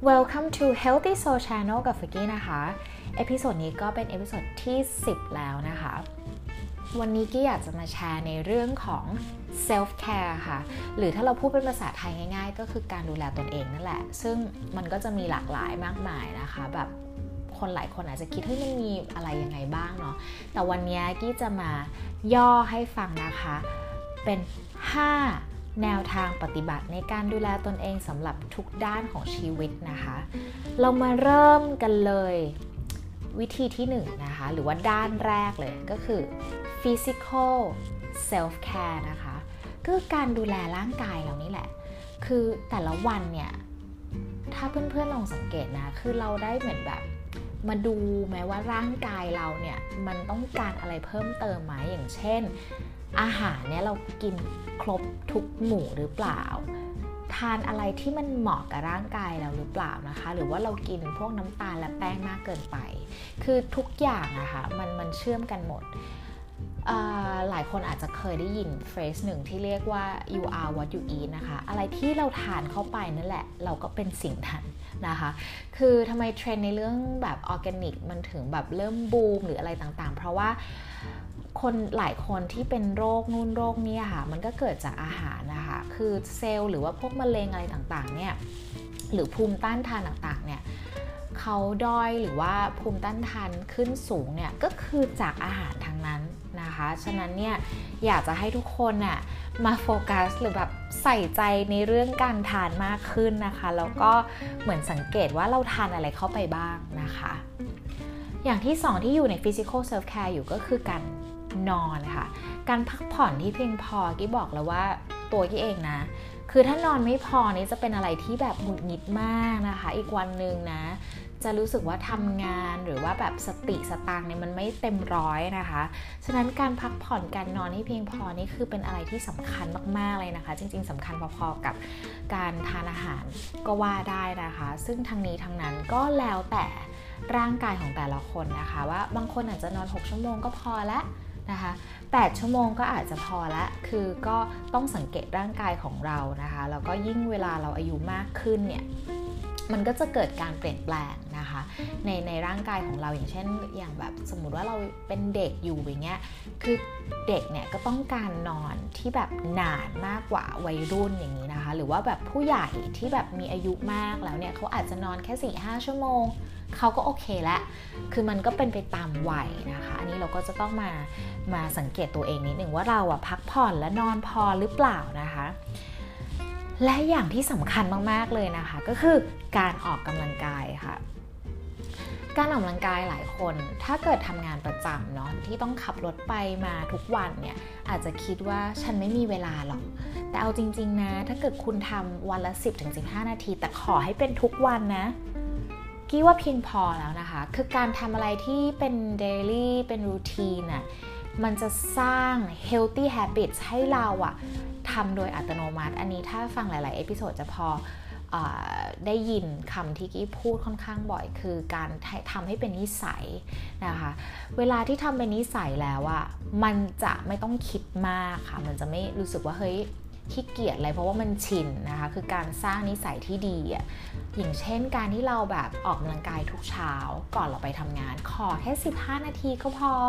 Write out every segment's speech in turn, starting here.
Welcome to Healthy Soul Channel กับฟิกกี้นะคะเอพิโซดนี้ก็เป็นเอพิโซดที่10แล้วนะคะวันนี้กี้อยากจะมาแชร์ในเรื่องของ self care ค่ะหรือถ้าเราพูดเป็นภาษาไทยง่ายๆก็คือการดูแลตนเองนั่นแหละซึ่งมันก็จะมีหลากหลายมากมายนะคะแบบคนหลายคนอาจจะคิดว่ามันมีอะไรยังไงบ้างเนาะแต่วันนี้กี้จะมาย่อให้ฟังนะคะเป็น5แนวทางปฏิบัติในการดูแลตนเองสำหรับทุกด้านของชีวิตนะคะเรามาเริ่มกันเลยวิธีที่1นะคะหรือว่าด้านแรกเลยก็คือ physical self care นะคะคือการดูแลร่างกายเรานี่แหละคือแต่ละวันเนี่ยถ้าเพื่อนๆลองสังเกตนะคือเราได้เหมือนแบบมาดูไหมว่าร่างกายเราเนี่ยมันต้องการอะไรเพิ่มเติมไหมอย่างเช่นอาหารเนี่ยเรากินครบทุกหมู่หรือเปล่าทานอะไรที่มันเหมาะกับร่างกายเราหรือเปล่านะคะหรือว่าเรากินพวกน้ำตาลและแป้งมากเกินไปคือทุกอย่างอะค่ะมันเชื่อมกันหมดหลายคนอาจจะเคยได้ยินเฟร e หนึ่งที่เรียกว่า you are what you eat นะคะอะไรที่เราทานเข้าไปนั่นแหละเราก็เป็นสิ่งนั้นนะคะคือทำไมเทรนด์ในเรื่องแบบออร์แกนิกมันถึงแบบเริ่มบูมหรืออะไรต่างๆเพราะว่าคนหลายคนที่เป็นโรคนู่นโรคนี้ค่ะมันก็เกิดจากอาหารนะคะคือเซลล์หรือว่าพวกมะเร็งอะไรต่างๆเนี่ยหรือภูมิต้านทานต่างๆเนี่ยเขาด้อยหรือว่าภูมิต้านทานขึ้นสูงเนี่ยก็คือจากอาหารทั้งนั้นนะคะฉะนั้นเนี่ยอยากจะให้ทุกคนน่ะมาโฟกัสหรือแบบใส่ใจในเรื่องการทานมากขึ้นนะคะแล้วก็เหมือนสังเกตว่าเราทานอะไรเข้าไปบ้างนะคะอย่างที่2ที่อยู่ใน physical self care อยู่ก็คือการนอนค่ะการพักผ่อนที่เพียงพอกี้บอกแล้วว่าตัวกี้เองนะคือถ้านอนไม่พอนี่จะเป็นอะไรที่แบบหงุดหงิดมากนะคะอีกวันนึงนะจะรู้สึกว่าทำงานหรือว่าแบบสติสตางค์เนี่ยมันไม่เต็มร้อยนะคะฉะนั้นการพักผ่อนการนอนให้เพียงพอนี่คือเป็นอะไรที่สำคัญมากๆเลยนะคะจริงๆสำคัญพอๆกับการทานอาหารก็ว่าได้นะคะซึ่งทั้งนี้ทั้งนั้นก็แล้วแต่ร่างกายของแต่ละคนนะคะว่าบางคนอาจจะนอน6ชั่วโมงก็พอแล้วนะคะ8ชั่วโมงก็อาจจะพอละคือก็ต้องสังเกตร่างกายของเรานะคะแล้วก็ยิ่งเวลาเราอายุมากขึ้นเนี่ยมันก็จะเกิดการเปลี่ยนแปลงนะคะในร่างกายของเราอย่างเช่นอย่างแบบสมมุติว่าเราเป็นเด็กอยู่อย่างเงี้ยคือเด็กเนี่ยก็ต้องการนอนที่แบบนานมากกว่าวัยรุ่นอย่างนี้นะคะหรือว่าแบบผู้ใหญ่ที่แบบมีอายุมากแล้วเนี่ยเขาอาจจะนอนแค่ 4-5 ชั่วโมงเขาก็โอเคแล้วคือมันก็เป็นไปตามวัยนะคะอันนี้เราก็จะต้องมาสังเกตตัวเองนิดหนึ่งว่าเราอะพักผ่อนและนอนพอหรือเปล่านะคะและอย่างที่สำคัญมากๆเลยนะคะก็คือการออกกำลังกายค่ะการออกกำลังกายหลายคนถ้าเกิดทำงานประจำเนาะที่ต้องขับรถไปมาทุกวันเนี่ยอาจจะคิดว่าฉันไม่มีเวลาหรอกแต่เอาจริงๆนะถ้าเกิดคุณทำวันละ 10-15 นาทีแต่ขอให้เป็นทุกวันนะกี้ว่าเพียงพอแล้วนะคะคือการทำอะไรที่เป็น daily เป็น routine น่ะมันจะสร้าง healthy habits ให้เราอะทำโดยอัตโนมัติอันนี้ถ้าฟังหลายๆเอพิโซดจะพอได้ยินคำที่กี้พูดค่อนข้างบ่อยคือการทำให้เป็นนิสัยนะคะเวลาที่ทำเป็นนิสัยแล้วอะมันจะไม่ต้องคิดมากค่ะมันจะไม่รู้สึกว่าเฮ้ยขี้เกียจอะไรเพราะว่ามันชินนะคะคือการสร้างนิสัยที่ดีอ่ะอย่างเช่นการที่เราแบบออกกำลังกายทุกเช้าก่อนเราไปทำงานขอแค่15นาทีก็พอ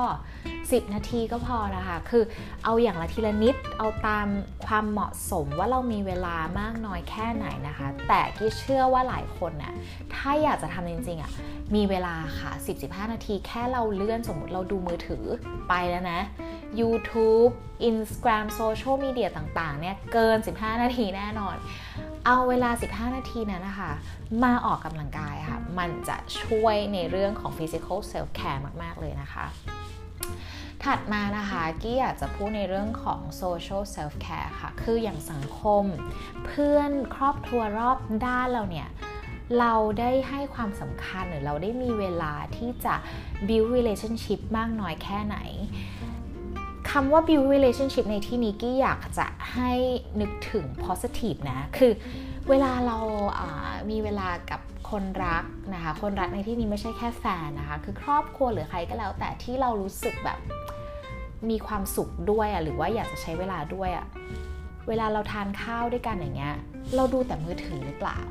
10นาทีก็พอนะคะคือเอาอย่างละทีละนิดเอาตามความเหมาะสมว่าเรามีเวลามากน้อยแค่ไหนนะคะแต่กี้เชื่อว่าหลายคนน่ะถ้าอยากจะทำจริงๆอ่ะมีเวลาค่ะ 10-15 นาทีแค่เราเลื่อนสมมุติเราดูมือถือไปแล้วนะYouTube Instagram Social Media ต่างๆเนี่ยเกิน15นาทีแน่นอนเอาเวลา15นาทีนั้นนะคะมาออกกำลังกายค่ะมันจะช่วยในเรื่องของ Physical Self Care มากๆเลยนะคะถัดมานะคะกี้อยากจะพูดในเรื่องของ Social Self Care ค่ะคืออย่างสังคมเพื่อนครอบครัวรอบด้านเราเนี่ยเราได้ให้ความสำคัญหรือเราได้มีเวลาที่จะ build relationship มากน้อยแค่ไหนคำว่า build relationship ในที่นี้กี้อยากจะให้นึกถึง positive นะคือเวลาเรามีเวลากับคนรักนะคะคนรักในที่นี้ไม่ใช่แค่แฟนนะคะคือครอบครัวหรือใครก็แล้วแต่ที่เรารู้สึกแบบมีความสุขด้วยหรือว่าอยากจะใช้เวลาด้วยเวลาเราทานข้าวด้วยกันอย่างเงี้ยเราดูแต่มือถือหรือเปล่า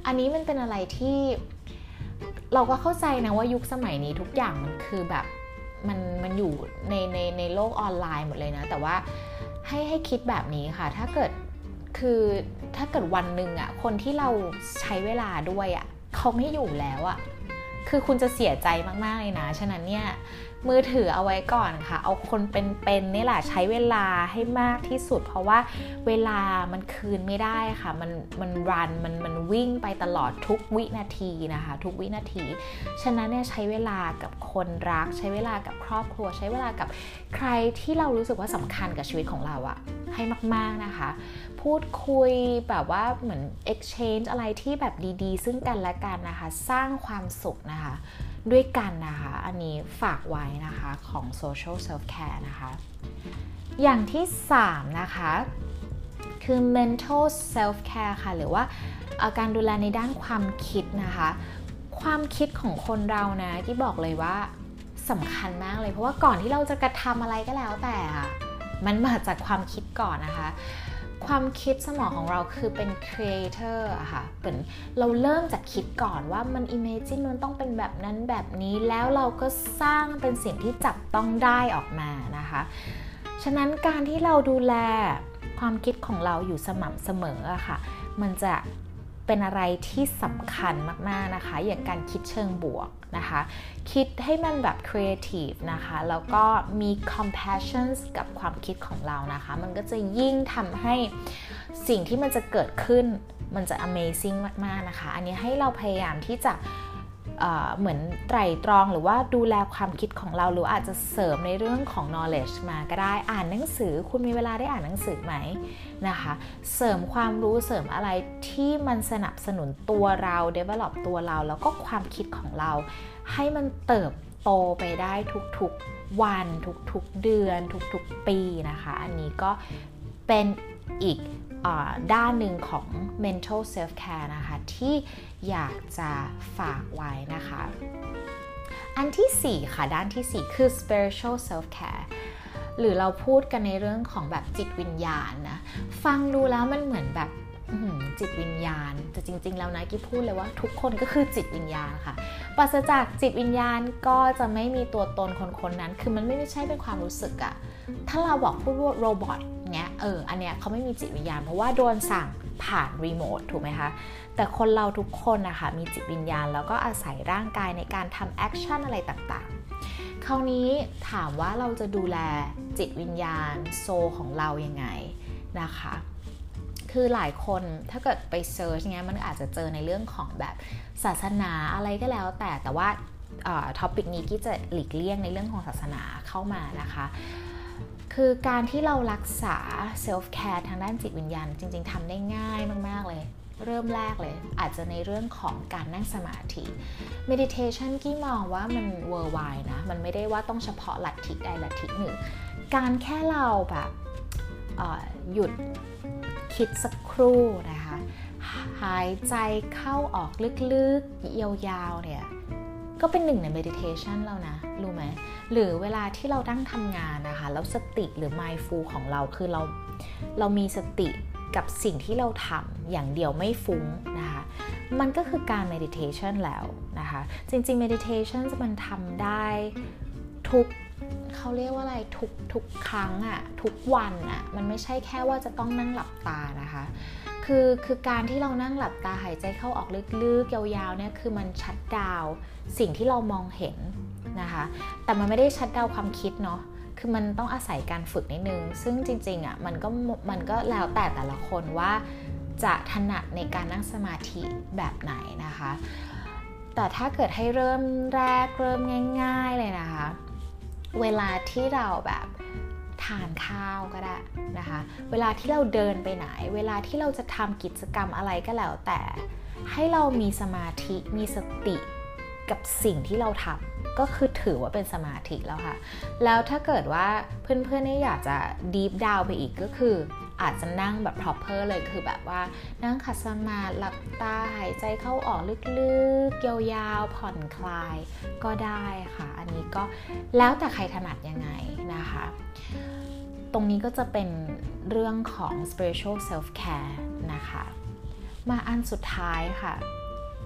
อันนี้มันเป็นอะไรที่เราก็เข้าใจนะว่ายุคสมัยนี้ทุกอย่างมันคือแบบมันอยู่ในโลกออนไลน์หมดเลยนะแต่ว่าให้คิดแบบนี้ค่ะถ้าเกิดวันหนึ่งคนที่เราใช้เวลาด้วยเขาไม่อยู่แล้วคือคุณจะเสียใจมากๆเลยนะฉะนั้นเนี่ยมือถือเอาไว้ก่อนค่ะเอาคนเป็นนี่แหละใช้เวลาให้มากที่สุดเพราะว่าเวลามันคืนไม่ได้ค่ะมันรันมันวิ่งไปตลอดทุกวินาทีนะคะทุกวินาทีฉะนั้นเนี่ยใช้เวลากับคนรักใช้เวลากับครอบครัวใช้เวลากับใครที่เรารู้สึกว่าสำคัญกับชีวิตของเราให้มากๆนะคะพูดคุยแบบว่าเหมือน exchange อะไรที่แบบดีๆซึ่งกันและกันนะคะสร้างความสุขนะคะด้วยกันนะคะอันนี้ฝากไว้นะคะของ social self care นะคะอย่างที่3นะคะคือ mental self care ค่ะหรือว่าการดูแลในด้านความคิดนะคะความคิดของคนเรานะที่บอกเลยว่าสำคัญมากเลยเพราะว่าก่อนที่เราจะกระทำอะไรก็แล้วแต่มันมาจากความคิดก่อนนะคะความคิดสมองของเราคือเป็น creator ค่ะเป็นเราเริ่มจากคิดก่อนว่ามัน imagine มันต้องเป็นแบบนั้นแบบนี้แล้วเราก็สร้างเป็นสิ่งที่จับต้องได้ออกมานะคะฉะนั้นการที่เราดูแลความคิดของเราอยู่สม่ำเสมอค่ะมันจะเป็นอะไรที่สำคัญมากๆนะคะอย่างการคิดเชิงบวกนะคะคิดให้มันแบบ creative นะคะแล้วก็มี compassion กับความคิดของเรานะคะมันก็จะยิ่งทำให้สิ่งที่มันจะเกิดขึ้นมันจะ amazing มากๆนะคะอันนี้ให้เราพยายามที่จะเหมือนไตร่ตรองหรือว่าดูแลความคิดของเราหรืออาจจะเสริมในเรื่องของ knowledge มาก็ได้อ่านหนังสือคุณมีเวลาได้อ่านหนังสือไหมนะคะเสริมความรู้เสริมอะไรที่มันสนับสนุนตัวเรา develop ตัวเราแล้วก็ความคิดของเราให้มันเติบโตไปได้ทุกๆวันทุกๆเดือนทุกๆปีนะคะอันนี้ก็เป็นอีกด้านหนึ่งของ mental self care นะคะที่อยากจะฝากไว้นะคะอันที่4ค่ะด้านที่4คือ spiritual self care หรือเราพูดกันในเรื่องของแบบจิตวิญญาณนะฟังดูแล้วมันเหมือนแบบจิตวิญญาณแต่จริงๆแล้วนะกิ๊บพูดเลยว่าทุกคนก็คือจิตวิญญาณค่ะปราศจากจิตวิญญาณก็จะไม่มีตัวตนคนนั้นคือมันไม่ใช่เป็นความรู้สึกถ้าเราบอกพูดว่าโรบอทเนี้ยอันเนี้ยเขาไม่มีจิตวิญญาณเพราะว่าโดนสั่งผ่านรีโมทถูกไหมคะแต่คนเราทุกคนนะคะมีจิตวิญญาณแล้วก็อาศัยร่างกายในการทำแอคชั่นอะไรต่างๆคราวนี้ถามว่าเราจะดูแลจิตวิญญาณโซลของเรายังไงนะคะคือหลายคนถ้าเกิดไปเซิร์ชเงี้ยมันอาจจะเจอในเรื่องของแบบศาสนาอะไรก็แล้วแต่ว่าท็อปิกนี้กี้จะหลีกเลี่ยงในเรื่องของศาสนาเข้ามานะคะคือการที่เรารักษาเซลฟ์แคร์ทางด้านจิตวิญญาณจริงๆทำได้ง่ายมากๆเลยเริ่มแรกเลยอาจจะในเรื่องของการนั่งสมาธิ meditation กี้มองว่ามัน worldwide นะมันไม่ได้ว่าต้องเฉพาะลัทธิใดลัทธิหนึ่งการแค่เราแบบหยุดคิดสักครู่นะคะหายใจเข้าออกลึกๆยาวๆเนี่ยก็เป็นหนึ่งใน meditation แล้วนะรู้ไหมหรือเวลาที่เราตั้งทำงานนะคะแล้วสติหรือ mindful ของเราคือเรามีสติกับสิ่งที่เราทำอย่างเดียวไม่ฟุ้งนะคะมันก็คือการ meditation แล้วนะคะจริงๆ meditation มันทำได้เขาเรียกว่าอะไรทุกครั้งทุกวันมันไม่ใช่แค่ว่าจะต้องนั่งหลับตานะคะคือการที่เรานั่งหลับตาหายใจเข้าออกลึกๆยาวๆเนี่ยคือมันชัตดาวน์สิ่งที่เรามองเห็นนะคะแต่มันไม่ได้ชัตดาวน์ความคิดเนาะคือมันต้องอาศัยการฝึกนิดนึงซึ่งจริงๆมันก็แล้วแต่ละคนว่าจะถนัดในการนั่งสมาธิแบบไหนนะคะแต่ถ้าเกิดให้เริ่มง่ายๆเลยนะคะเวลาที่เราแบบทานข้าวก็ได้นะคะเวลาที่เราเดินไปไหนเวลาที่เราจะทำกิจกรรมอะไรก็แล้วแต่ให้เรามีสมาธิมีสติกับสิ่งที่เราทำก็คือถือว่าเป็นสมาธิแล้วค่ะแล้วถ้าเกิดว่าเพื่อนๆนี่อยากจะ deep down ไปอีกก็คืออาจจะนั่งแบบ proper เลยคือแบบว่านั่งขัดสมาธิหลับตาหายใจเข้าออกลึกๆยาวๆผ่อนคลายก็ได้ค่ะอันนี้ก็แล้วแต่ใครถนัดยังไงนะคะตรงนี้ก็จะเป็นเรื่องของ spiritual self care นะคะมาอันสุดท้ายค่ะ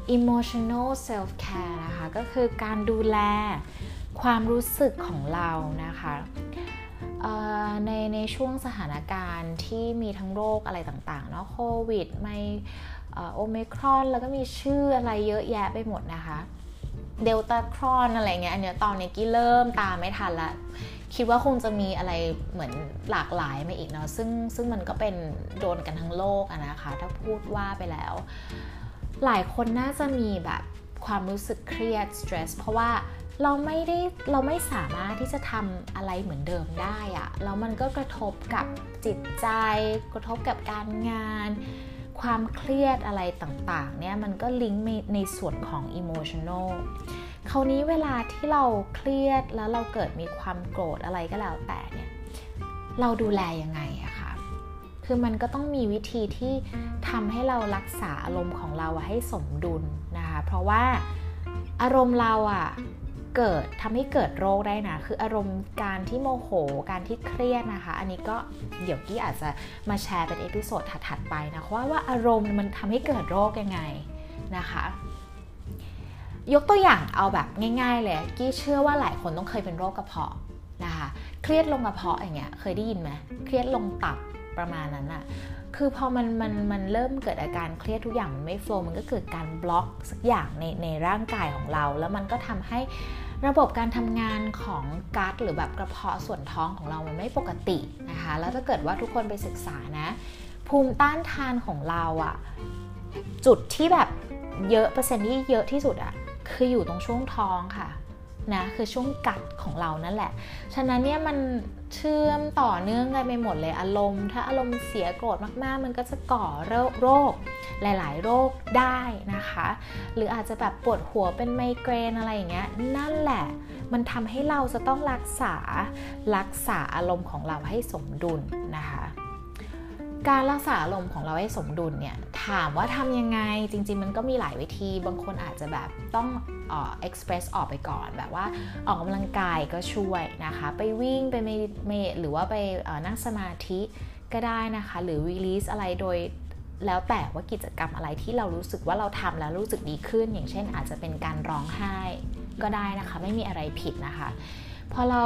emotional self care นะคะก็คือการดูแลความรู้สึกของเรานะคะในช่วงสถานการณ์ที่มีทั้งโรคอะไรต่างๆเนาะโควิดโอไมครอนแล้วก็มีชื่ออะไรเยอะแยะไปหมดนะคะเดลต้าครอนอะไรเงี้ยอันเนี้ยตอนนี้กี้เริ่มตามไม่ทันละคิดว่าคงจะมีอะไรเหมือนหลากหลายมาอีกเนาะซึ่งมันก็เป็นโดนกันทั้งโลกอะนะคะถ้าพูดว่าไปแล้วหลายคนน่าจะมีแบบความรู้สึกเครียด stress เพราะว่าเราไม่สามารถที่จะทำอะไรเหมือนเดิมได้อะแล้วมันก็กระทบกับจิตใจกระทบกับการงานความเครียดอะไรต่างๆเนี่ยมันก็ลิงก์ในส่วนของ emotional คราวนี้เวลาที่เราเครียดแล้วเราเกิดมีความโกรธอะไรก็แล้วแต่เนี่ยเราดูแลยังไงอะคะคือมันก็ต้องมีวิธีที่ทำให้เรารักษาอารมณ์ของเราให้สมดุลนะคะเพราะว่าอารมณ์เราอะทำให้เกิดโรคได้นะคืออารมณ์การที่โมโหการที่เครียดนะคะอันนี้ก็เดี๋ยวกี้อาจจะมาแชร์เป็นเอพิโซดถัดๆไปนะว่าอารมณ์มันทำให้เกิดโรคยังไงนะคะยกตัวอย่างเอาแบบง่ายๆเลยกี้เชื่อว่าหลายคนต้องเคยเป็นโรคกระเพาะนะคะเครียดลงกระเพาะอย่างเงี้ยเคยได้ยินไหมเครียดลงตับประมาณนั้นอะคือพอมันเริ่มเกิดอาการเครียดทุกอย่างมันไม่โฟลว์มันก็เกิดการบล็อกสักอย่างในร่างกายของเราแล้วมันก็ทำให้ระบบการทำงานของกัสหรือแบบกระเพาะส่วนท้องของเรามันไม่ปกตินะคะแล้วถ้าเกิดว่าทุกคนไปศึกษานะภูมิต้านทานของเราอะจุดที่แบบเยอะเปอร์เซ็นต์ที่เยอะที่สุดอะคืออยู่ตรงช่วงท้องค่ะนะคือช่วงกัดของเรานั่นแหละฉะนั้นเนี่ยมันเชื่อมต่อเนื่องกันไปหมดเลยอารมณ์ถ้าอารมณ์เสียโกรธมากๆมันก็จะก่อโรคหลายๆโรคได้นะคะหรืออาจจะแบบปวดหัวเป็นไมเกรนอะไรอย่างเงี้ยนั่นแหละมันทำให้เราจะต้องรักษาอารมณ์ของเราให้สมดุลนะคะการรักษาอารมณ์ของเราให้สมดุลเนี่ยถามว่าทำยังไงจริงๆมันก็มีหลายวิธีบางคนอาจจะแบบต้องexpress ออกไปก่อนแบบว่าออกกำลังกายก็ช่วยนะคะไปวิ่งไปหรือว่าไปนั่งสมาธิก็ได้นะคะหรือ release อะไรโดยแล้วแต่ว่ากิจกรรมอะไรที่เรารู้สึกว่าเราทำแล้วรู้สึกดีขึ้นอย่างเช่นอาจจะเป็นการร้องไห้ก็ได้นะคะไม่มีอะไรผิดนะคะพอเรา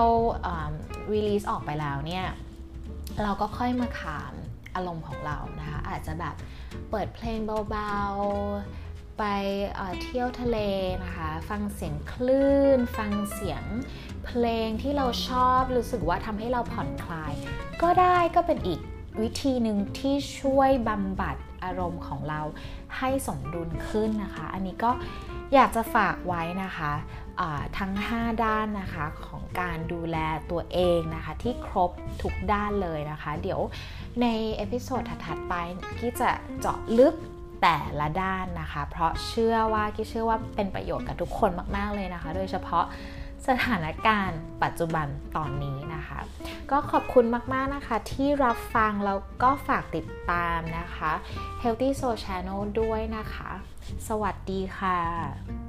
release ออกไปแล้วเนี่ยเราก็ค่อยมาขามอารมณ์ของเรานะคะอาจจะแบบเปิดเพลงเบาๆไปเที่ยวทะเลนะคะฟังเสียงคลื่นฟังเสียงเพลงที่เราชอบรู้สึกว่าทำให้เราผ่อนคลายก็ได้ก็เป็นอีกวิธีหนึ่งที่ช่วยบำบัดอารมณ์ของเราให้สมดุลขึ้นนะคะอันนี้ก็อยากจะฝากไว้นะคะทั้ง5ด้านนะคะของการดูแลตัวเองนะคะที่ครบทุกด้านเลยนะคะเดี๋ยวในเอพิโซดถัดๆไปกี้จะเจาะลึกแต่ละด้านนะคะเพราะเชื่อว่าเป็นประโยชน์กับทุกคนมากๆเลยนะคะโดยเฉพาะสถานการณ์ปัจจุบันตอนนี้นะคะก็ขอบคุณมากๆนะคะที่รับฟังแล้วก็ฝากติดตามนะคะ Healthy Soul Channel ด้วยนะคะสวัสดีค่ะ